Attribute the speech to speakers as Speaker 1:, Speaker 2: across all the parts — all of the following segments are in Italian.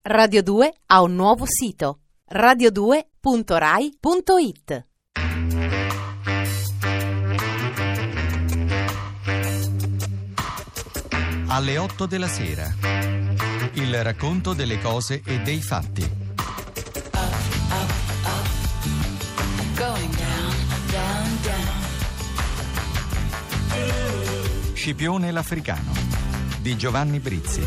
Speaker 1: Radio 2 ha un nuovo sito: radio2.rai.it.
Speaker 2: Alle 8 della sera. Il racconto delle cose e dei fatti. Scipione l'Africano di Giovanni Brizzi.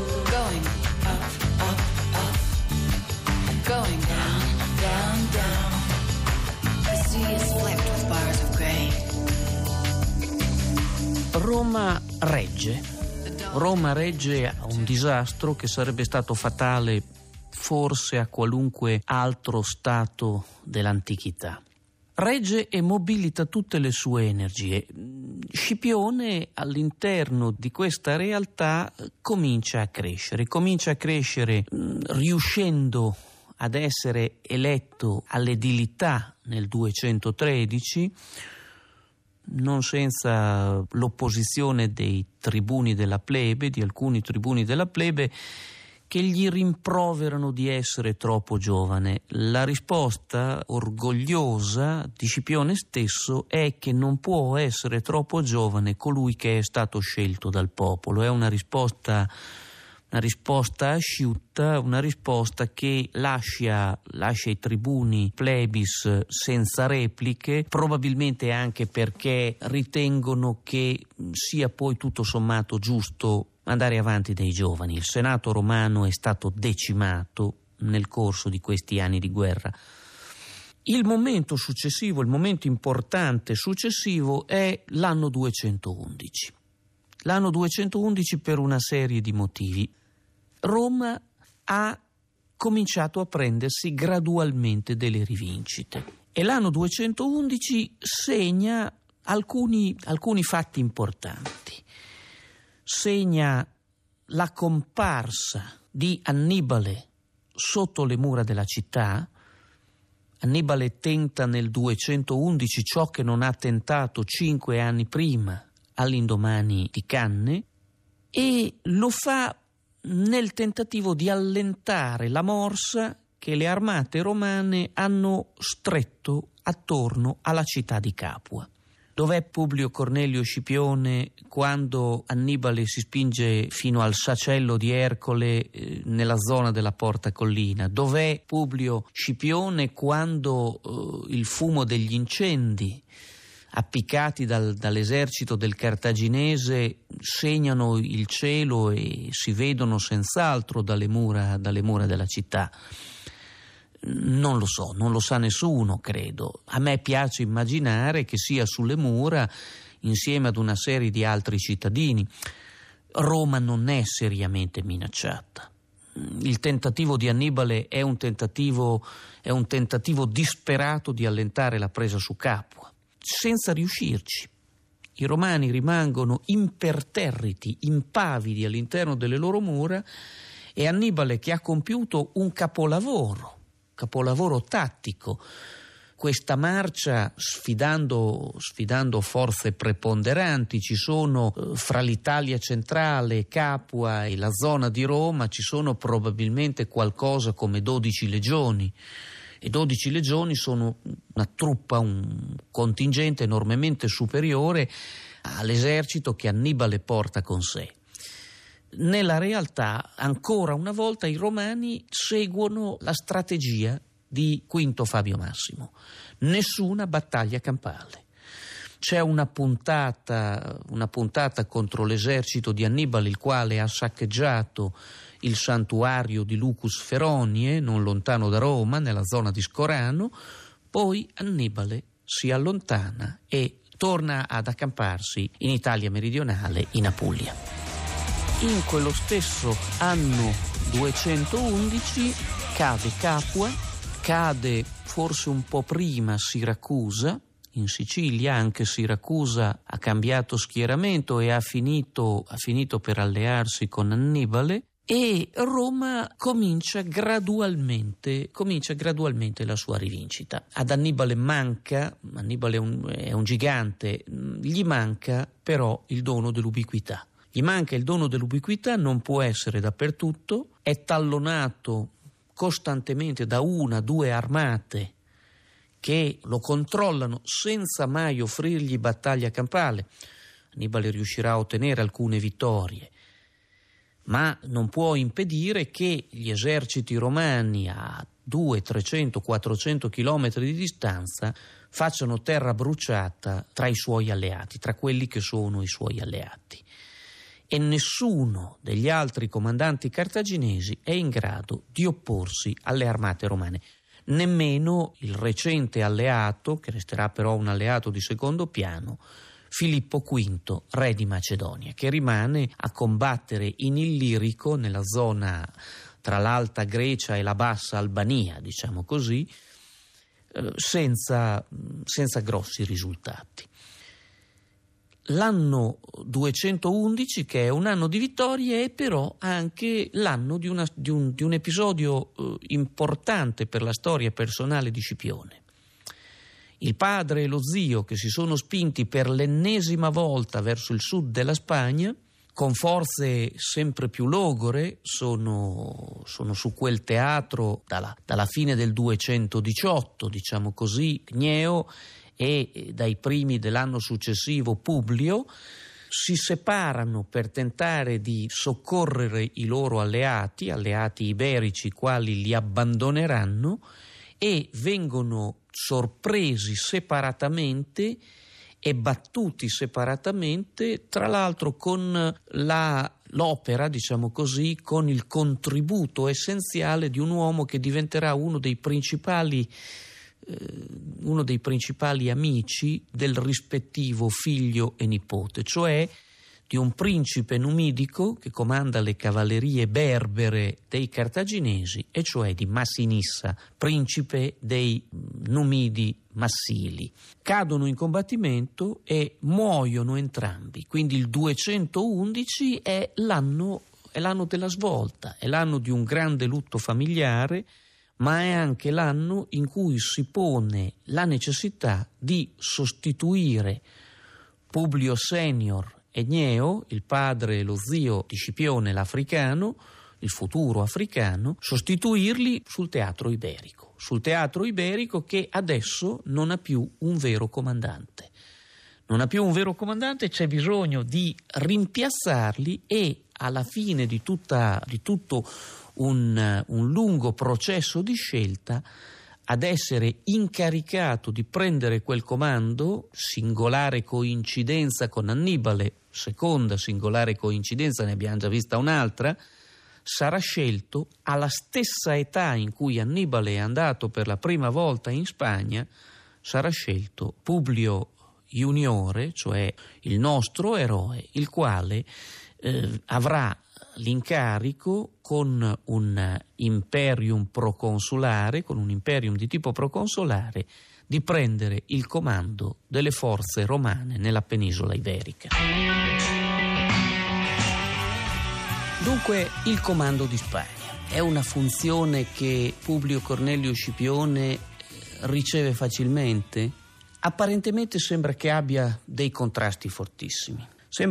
Speaker 3: Roma regge a un disastro che sarebbe stato fatale forse a qualunque altro stato dell'antichità. Regge e mobilita tutte le sue energie. Scipione all'interno di questa realtà comincia a crescere riuscendo ad essere eletto all'edilità nel 213, non senza l'opposizione dei tribuni della plebe, di alcuni tribuni della plebe, che gli rimproverano di essere troppo giovane. La risposta orgogliosa di Scipione stesso è che non può essere troppo giovane colui che è stato scelto dal popolo. È una risposta asciutta, una risposta che lascia i tribuni plebis senza repliche, probabilmente anche perché ritengono che sia poi tutto sommato giusto andare avanti dei giovani. Il Senato romano è stato decimato nel corso di questi anni di guerra. Il momento importante successivo è l'anno 211. L'anno 211 per una serie di motivi. Roma ha cominciato a prendersi gradualmente delle rivincite e l'anno 211 segna alcuni fatti importanti. Segna la comparsa di Annibale sotto le mura della città. Annibale tenta nel 211 ciò che non ha tentato 5 anni prima, all'indomani di Canne, e lo fa nel tentativo di allentare la morsa che le armate romane hanno stretto attorno alla città di Capua. Dov'è Publio Cornelio Scipione quando Annibale si spinge fino al sacello di Ercole nella zona della Porta Collina? Dov'è Publio Scipione quando il fumo degli incendi appiccati dall'esercito del cartaginese segnano il cielo e si vedono senz'altro dalle mura della città? Non lo so, non lo sa nessuno, credo. A me piace immaginare che sia sulle mura insieme ad una serie di altri cittadini. Roma non è seriamente minacciata. Il tentativo di Annibale è un tentativo disperato di allentare la presa su Capua, senza riuscirci. I romani rimangono imperterriti, impavidi all'interno delle loro mura, e Annibale, che ha compiuto un capolavoro tattico, questa marcia sfidando forze preponderanti. Ci sono fra l'Italia centrale, Capua e la zona di Roma, ci sono probabilmente qualcosa come 12 legioni. E 12 legioni sono una truppa, un contingente enormemente superiore all'esercito che Annibale porta con sé. Nella realtà, ancora una volta, i romani seguono la strategia di Quinto Fabio Massimo. Nessuna battaglia campale. C'è una puntata contro l'esercito di Annibale, il quale ha saccheggiato il santuario di Lucus Feronie, non lontano da Roma, nella zona di Scorano. Poi Annibale si allontana e torna ad accamparsi in Italia meridionale, in Apulia. In quello stesso anno 211 cade Capua, cade forse un po' prima Siracusa, in Sicilia. Anche Siracusa ha cambiato schieramento e ha finito per allearsi con Annibale, e Roma comincia gradualmente la sua rivincita. Ad Annibale è un gigante, gli manca però il dono dell'ubiquità. Gli manca il dono dell'ubiquità, non può essere dappertutto, è tallonato costantemente da 1-2 armate che lo controllano senza mai offrirgli battaglia campale. Annibale riuscirà a ottenere alcune vittorie, ma non può impedire che gli eserciti romani a 200, 300, 400 chilometri di distanza facciano terra bruciata tra i suoi alleati, tra quelli che sono i suoi alleati. E nessuno degli altri comandanti cartaginesi è in grado di opporsi alle armate romane. Nemmeno il recente alleato, che resterà però un alleato di secondo piano, Filippo V, re di Macedonia, che rimane a combattere in Illirico, nella zona tra l'Alta Grecia e la Bassa Albania, diciamo così, senza grossi risultati. L'anno 211, che è un anno di vittorie, è però anche l'anno di un episodio importante per la storia personale di Scipione. Il padre e lo zio, che si sono spinti per l'ennesima volta verso il sud della Spagna, con forze sempre più logore, sono su quel teatro dalla fine del 218, diciamo così, Gneo, e dai primi dell'anno successivo Publio, si separano per tentare di soccorrere i loro alleati iberici, quali li abbandoneranno, e vengono sorpresi separatamente e battuti separatamente, tra l'altro con l'opera, diciamo così, con il contributo essenziale di un uomo che diventerà uno dei principali amici del rispettivo figlio e nipote, cioè di un principe numidico che comanda le cavallerie berbere dei cartaginesi, e cioè di Massinissa, principe dei Numidi Massili. Cadono in combattimento e muoiono entrambi, quindi il 211 è l'anno della svolta, è l'anno di un grande lutto familiare, ma è anche l'anno in cui si pone la necessità di sostituire Publio Senior e Gneo, il padre e lo zio di Scipione l'africano, il futuro africano, sostituirli sul teatro iberico che adesso non ha più un vero comandante. C'è bisogno di rimpiazzarli e alla fine di tutto un lungo processo di scelta, ad essere incaricato di prendere quel comando, singolare coincidenza con Annibale, seconda singolare coincidenza, ne abbiamo già vista un'altra, sarà scelto alla stessa età in cui Annibale è andato per la prima volta in Spagna, sarà scelto Publio Juniore, cioè il nostro eroe, il quale avrà l'incarico con un imperium proconsulare, con un imperium di tipo proconsolare, di prendere il comando delle forze romane nella penisola iberica. Dunque, il comando di Spagna è una funzione che Publio Cornelio Scipione riceve facilmente? Apparentemente sembra che abbia dei contrasti fortissimi.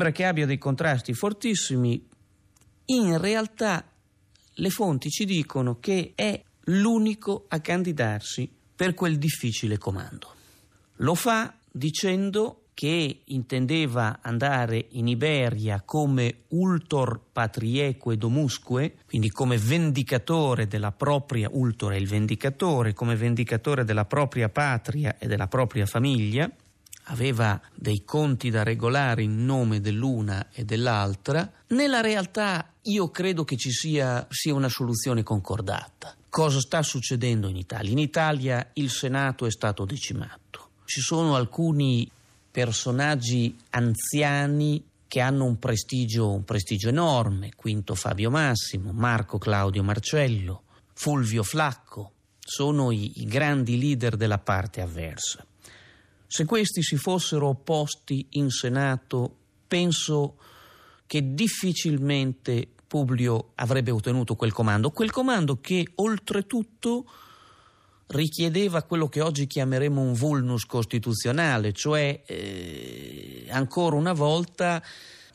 Speaker 3: In realtà le fonti ci dicono che è l'unico a candidarsi per quel difficile comando. Lo fa dicendo che intendeva andare in Iberia come ultor patrieque domusque, quindi come vendicatore della propria, ultor è il vendicatore, come vendicatore della propria patria e della propria famiglia. Aveva dei conti da regolare in nome dell'una e dell'altra. Nella realtà io credo che ci sia una soluzione concordata. Cosa sta succedendo in Italia? In Italia il Senato è stato decimato. Ci sono alcuni personaggi anziani che hanno un prestigio enorme: Quinto Fabio Massimo, Marco Claudio Marcello, Fulvio Flacco, sono i grandi leader della parte avversa. Se questi si fossero opposti in Senato, penso che difficilmente Publio avrebbe ottenuto quel comando che oltretutto richiedeva quello che oggi chiameremo un vulnus costituzionale, cioè ancora una volta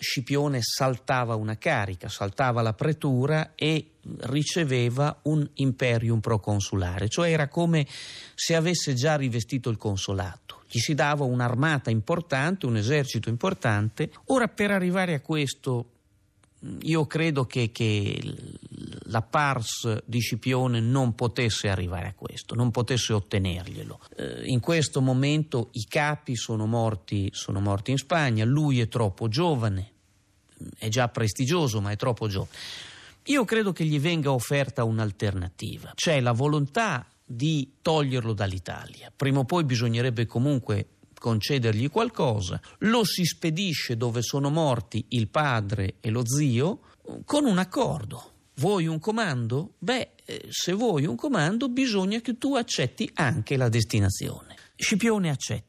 Speaker 3: Scipione saltava una carica, saltava la pretura e riceveva un imperium proconsulare, cioè era come se avesse già rivestito il consolato. Gli si dava un'armata importante, un esercito importante. Ora, per arrivare a questo, io credo che la pars di Scipione non potesse arrivare a questo, non potesse ottenerglielo. In questo momento i capi sono morti in Spagna, lui è troppo giovane, è già prestigioso ma è troppo giovane. Io credo che gli venga offerta un'alternativa. C'è la volontà di toglierlo dall'Italia. Prima o poi bisognerebbe comunque concedergli qualcosa. Lo si spedisce dove sono morti il padre e lo zio con un accordo. Vuoi un comando? Se vuoi un comando bisogna che tu accetti anche la destinazione. Scipione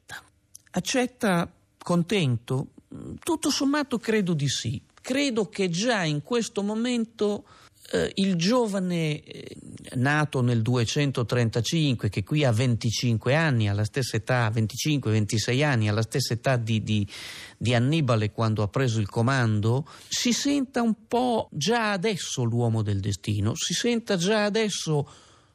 Speaker 3: accetta contento? Tutto sommato credo di sì. Credo che già in questo momento il giovane nato nel 235, che qui ha 25 anni, alla stessa età, 25-26 anni, alla stessa età di Annibale quando ha preso il comando, si senta un po' già adesso l'uomo del destino, si senta già adesso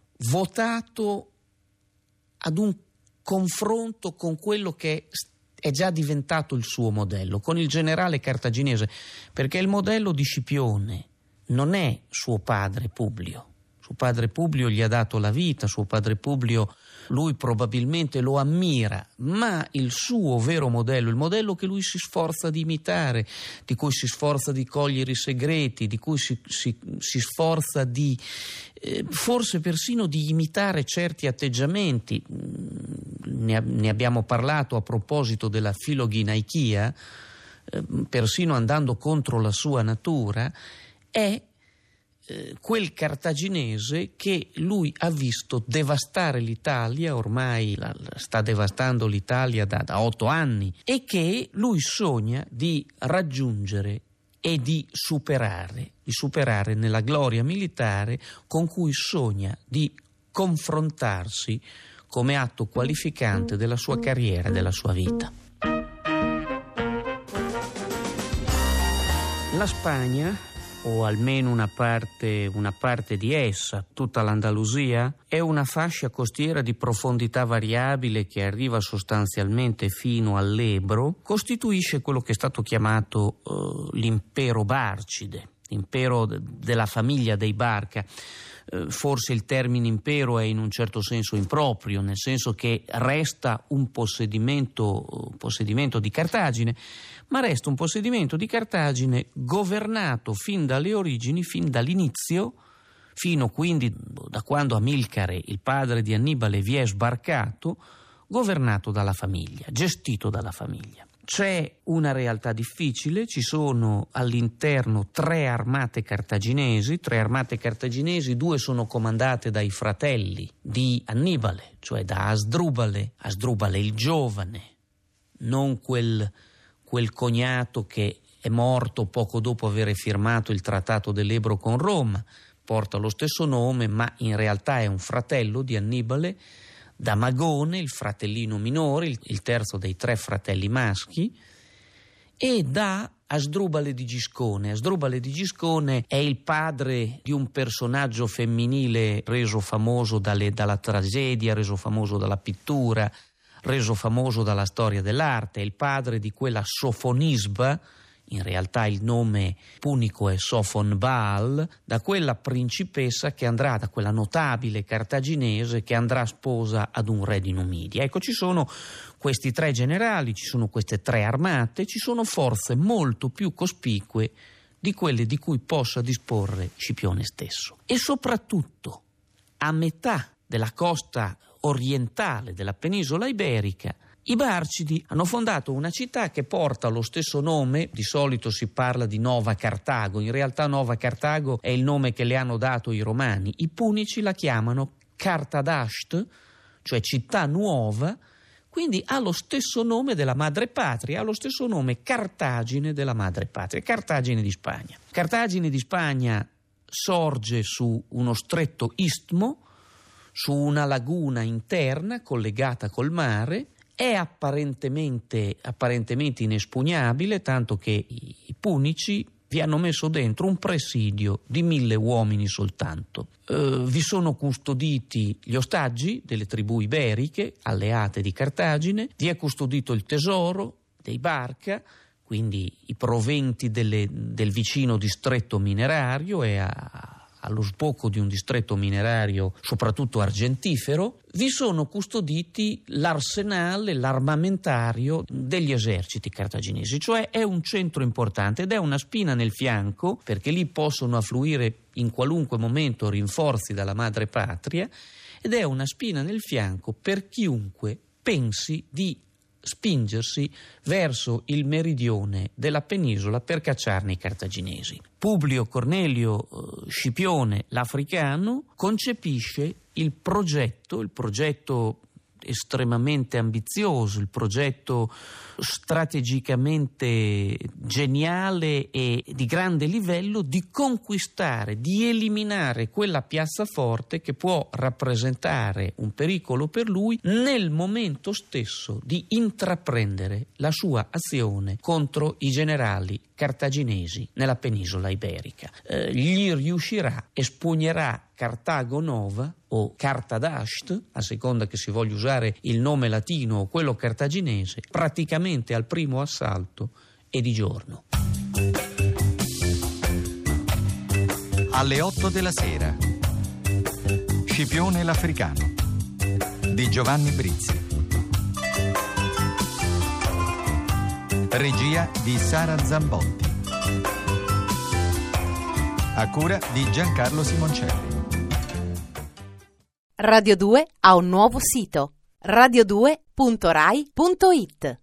Speaker 3: votato ad un confronto con quello che è già diventato il suo modello, con il generale cartaginese, perché il modello di Scipione non è suo padre Publio. Suo padre Publio gli ha dato la vita, suo padre Publio lui probabilmente lo ammira, ma il suo vero modello, il modello che lui si sforza di imitare, di cui si sforza di cogliere i segreti, di cui si sforza di forse persino di imitare certi atteggiamenti, ne abbiamo parlato a proposito della filoghinaichia, persino andando contro la sua natura, è quel cartaginese che lui ha visto devastare l'Italia, ormai sta devastando l'Italia da 8 anni, e che lui sogna di raggiungere e di superare nella gloria militare, con cui sogna di confrontarsi come atto qualificante della sua carriera e della sua vita. La Spagna, o almeno una parte di essa, tutta l'Andalusia, è una fascia costiera di profondità variabile che arriva sostanzialmente fino all'Ebro, costituisce quello che è stato chiamato l'impero Barcide, l'impero della famiglia dei Barca. Forse il termine impero è in un certo senso improprio, nel senso che resta un possedimento di Cartagine, ma resta un possedimento di Cartagine governato fin dalle origini, fin dall'inizio, fino quindi da quando Amilcare, il padre di Annibale, vi è sbarcato, governato dalla famiglia, gestito dalla famiglia. C'è una realtà difficile, ci sono all'interno 3 armate cartaginesi, 2 sono comandate dai fratelli di Annibale, cioè da Asdrubale il giovane, non quel cognato che è morto poco dopo aver firmato il trattato dell'Ebro con Roma, porta lo stesso nome ma in realtà è un fratello di Annibale, da Magone, il fratellino minore, il terzo dei 3 fratelli maschi, e da Asdrubale di Giscone. Asdrubale di Giscone è il padre di un personaggio femminile reso famoso dalla tragedia, reso famoso dalla pittura, reso famoso dalla storia dell'arte, è il padre di quella Sofonisba, in realtà il nome punico è Sofon Baal, da quella principessa che andrà, da quella notabile cartaginese che andrà sposa ad un re di Numidia. Ecco, ci sono questi 3 generali, ci sono queste 3 armate, ci sono forze molto più cospicue di quelle di cui possa disporre Scipione stesso. E soprattutto a metà della costa orientale della penisola iberica, i Barcidi hanno fondato una città che porta lo stesso nome, di solito si parla di Nova Cartago, in realtà Nova Cartago è il nome che le hanno dato i romani, i punici la chiamano Cartadasht, cioè città nuova, quindi ha lo stesso nome della madrepatria, ha lo stesso nome Cartagine della madrepatria, Cartagine di Spagna. Cartagine di Spagna sorge su uno stretto istmo, su una laguna interna collegata col mare, è apparentemente inespugnabile, tanto che i punici vi hanno messo dentro un presidio di 1.000 uomini soltanto. Vi sono custoditi gli ostaggi delle tribù iberiche, alleate di Cartagine, vi è custodito il tesoro dei Barca, quindi i proventi del vicino distretto minerario e allo sbocco di un distretto minerario soprattutto argentifero. Vi sono custoditi l'arsenale, l'armamentario degli eserciti cartaginesi, cioè è un centro importante ed è una spina nel fianco, perché lì possono affluire in qualunque momento rinforzi dalla madre patria, ed è una spina nel fianco per chiunque pensi di spingersi verso il meridione della penisola per cacciarne i cartaginesi. Publio Cornelio Scipione l'Africano concepisce il progetto estremamente ambizioso, il progetto strategicamente geniale e di grande livello di conquistare, di eliminare quella piazzaforte che può rappresentare un pericolo per lui nel momento stesso di intraprendere la sua azione contro i generali cartaginesi nella penisola iberica. Gli riuscirà, espugnerà Cartago Nova o Cartadasht, a seconda che si voglia usare il nome latino o quello cartaginese, praticamente al primo assalto e di giorno.
Speaker 2: Alle 8 della sera. Scipione l'Africano di Giovanni Brizzi. Regia di Sara Zambotti. A cura di Giancarlo Simoncelli.
Speaker 1: Radio 2 ha un nuovo sito: radio2.rai.it.